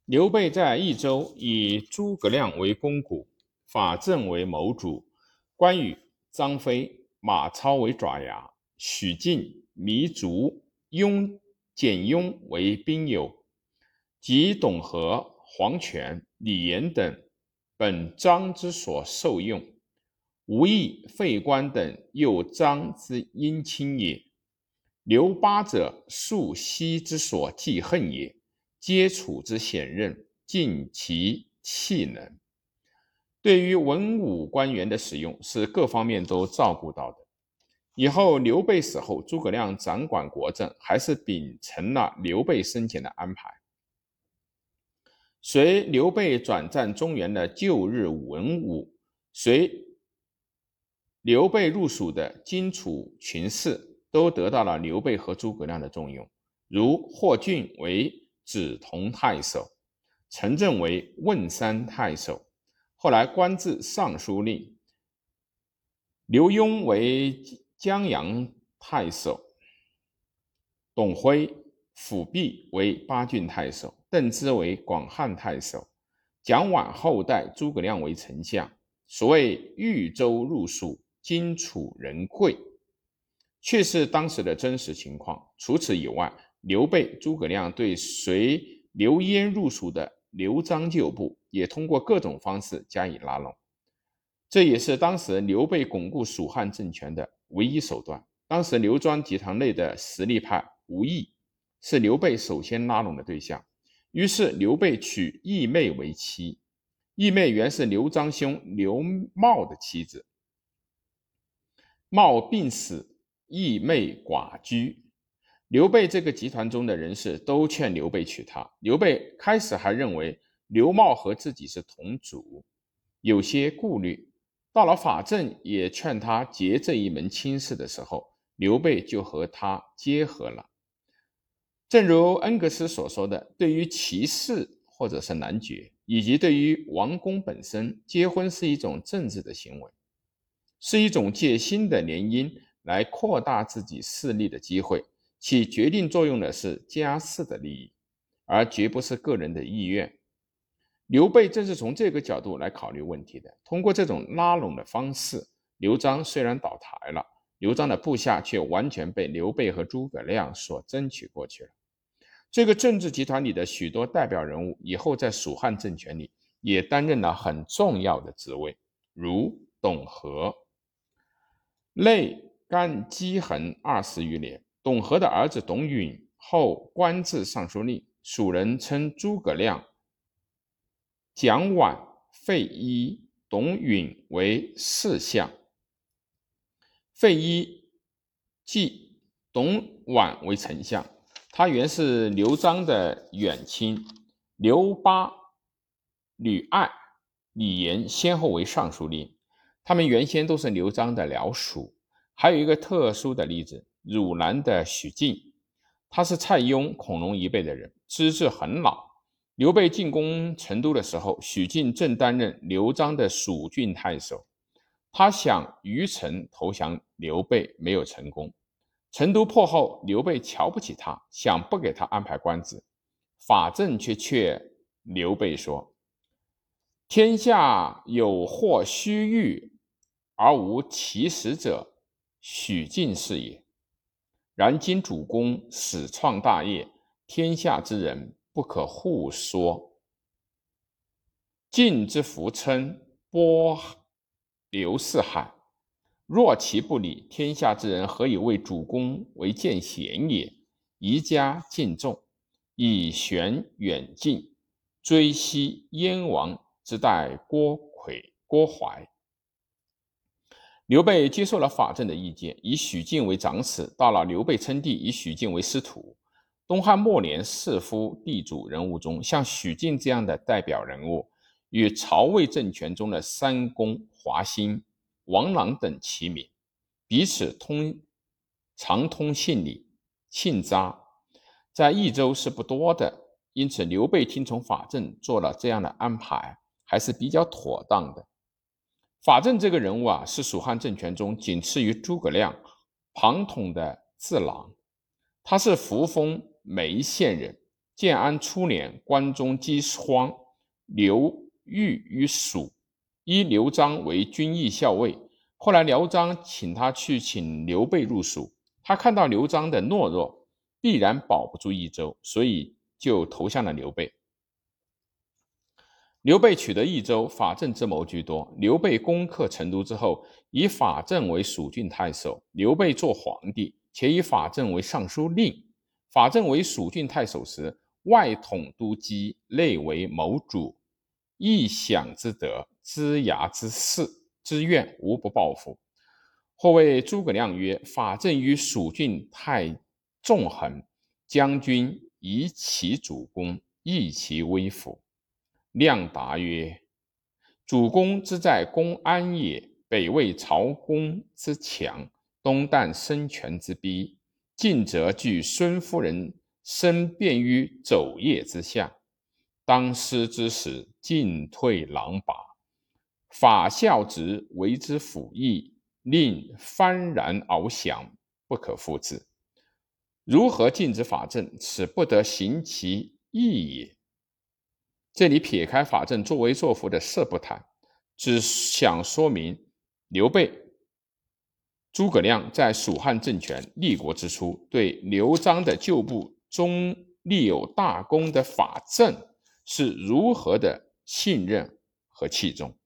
刘备在益州以诸葛亮为公谷，法正为谋主，关羽、张飞、马超为爪牙，许靖、糜竺、简雍为兵友，及董和、黄权、李严等本张之所受用，吴懿、费观等又张之姻亲也。刘巴者，素昔之所记恨也，皆楚之显任，尽其气能。对于文武官员的使用，是各方面都照顾到的。以后刘备死后，诸葛亮掌管国政，还是秉承了刘备生前的安排。随刘备转战中原的旧日文武，随刘备入蜀的荆楚群士，都得到了刘备和诸葛亮的重用，如霍峻为芷同太守，陈震为汶山太守，后来官至尚书令，刘墉为江阳太守，董辉、辅弼为巴郡太守，邓芝为广汉太守，蒋琬后代诸葛亮为丞相。所谓豫州入蜀，荆楚人贵，却是当时的真实情况。除此以外，刘备、诸葛亮对随刘焉入蜀的刘璋旧部，也通过各种方式加以拉拢。这也是当时刘备巩固蜀汉政权的唯一手段。当时刘庄集团内的实力派吴懿是刘备首先拉拢的对象，于是刘备娶义妹为妻。义妹原是刘璋兄刘茂的妻子，茂病死，义妹寡居。刘备这个集团中的人士都劝刘备娶她。刘备开始还认为刘茂和自己是同族，有些顾虑。到了法正也劝他结这一门亲事的时候，刘备就和他结合了。正如恩格斯所说的，对于骑士或者是男爵，以及对于王公本身，结婚是一种政治的行为，是一种借新的联姻来扩大自己势力的机会，起决定作用的是家室的利益，而绝不是个人的意愿。刘备正是从这个角度来考虑问题的。通过这种拉拢的方式，刘璋虽然倒台了，刘璋的部下却完全被刘备和诸葛亮所争取过去了。这个政治集团里的许多代表人物，以后在蜀汉政权里也担任了很重要的职位，如董和。内干积衡20余年，董和的儿子董允后官至尚书令，蜀人称诸葛亮、蒋琬、费祎、董允为四相。费祎继董琬为丞相，他原是刘璋的远亲，刘巴、吕艾、李严先后为尚书令，他们原先都是刘璋的僚属。还有一个特殊的例子，汝南的许靖，他是蔡邕、孔融一辈的人，资质很老。刘备进攻成都的时候，许靖正担任刘璋的蜀郡太守，他想于城投降刘备，没有成功。成都破后，刘备瞧不起他，想不给他安排官职。法正却劝刘备说：天下有获须臾而无其实者，许靖是也。然今主公始创大业，天下之人不可互说。晋之福称波流四海，若其不理，天下之人何以为主公为见贤也？宜加敬重，以悬远近，追昔燕王之代郭淮。刘备接受了法正的意见，以许靖为长史。到了刘备称帝，以许靖为司徒。东汉末年士夫地主人物中，像许靖这样的代表人物，与曹魏政权中的三公、华歆、王朗等齐名，彼此常通信礼、信札，在益州是不多的。因此刘备听从法正做了这样的安排，还是比较妥当的。法正这个人物是蜀汉政权中仅次于诸葛亮庞统的智囊，他是扶风眉县人， 建安初年，关中饥荒，刘裕于蜀，依刘璋为军议校尉。后来刘璋请刘备入蜀，他看到刘璋的懦弱，必然保不住益州，所以就投向了刘备。刘备取得益州，法正之谋居多。刘备攻克成都之后，以法正为蜀郡太守，刘备做皇帝，且以法正为尚书令。法正为蜀郡太守时，外统都畿，内为谋主，义享之德，知牙之事，之愿无不报复。后谓诸葛亮曰：法正于蜀郡太纵横，将军以其主公，益其威服。亮答曰：主公之在公安也，北畏曹公之强，东旦孙权之逼，近则据孙夫人身便于肘腋之下，当师之时，进退狼拔，法孝直为之辅翼，令幡然翱翔，不可复制。如何禁止法正？此不得行其义也。这里撇开法正作威作福的事不谈，只想说明刘备、诸葛亮在蜀汉政权立国之初，对刘璋的旧部中立有大功的法正是如何的信任和器重。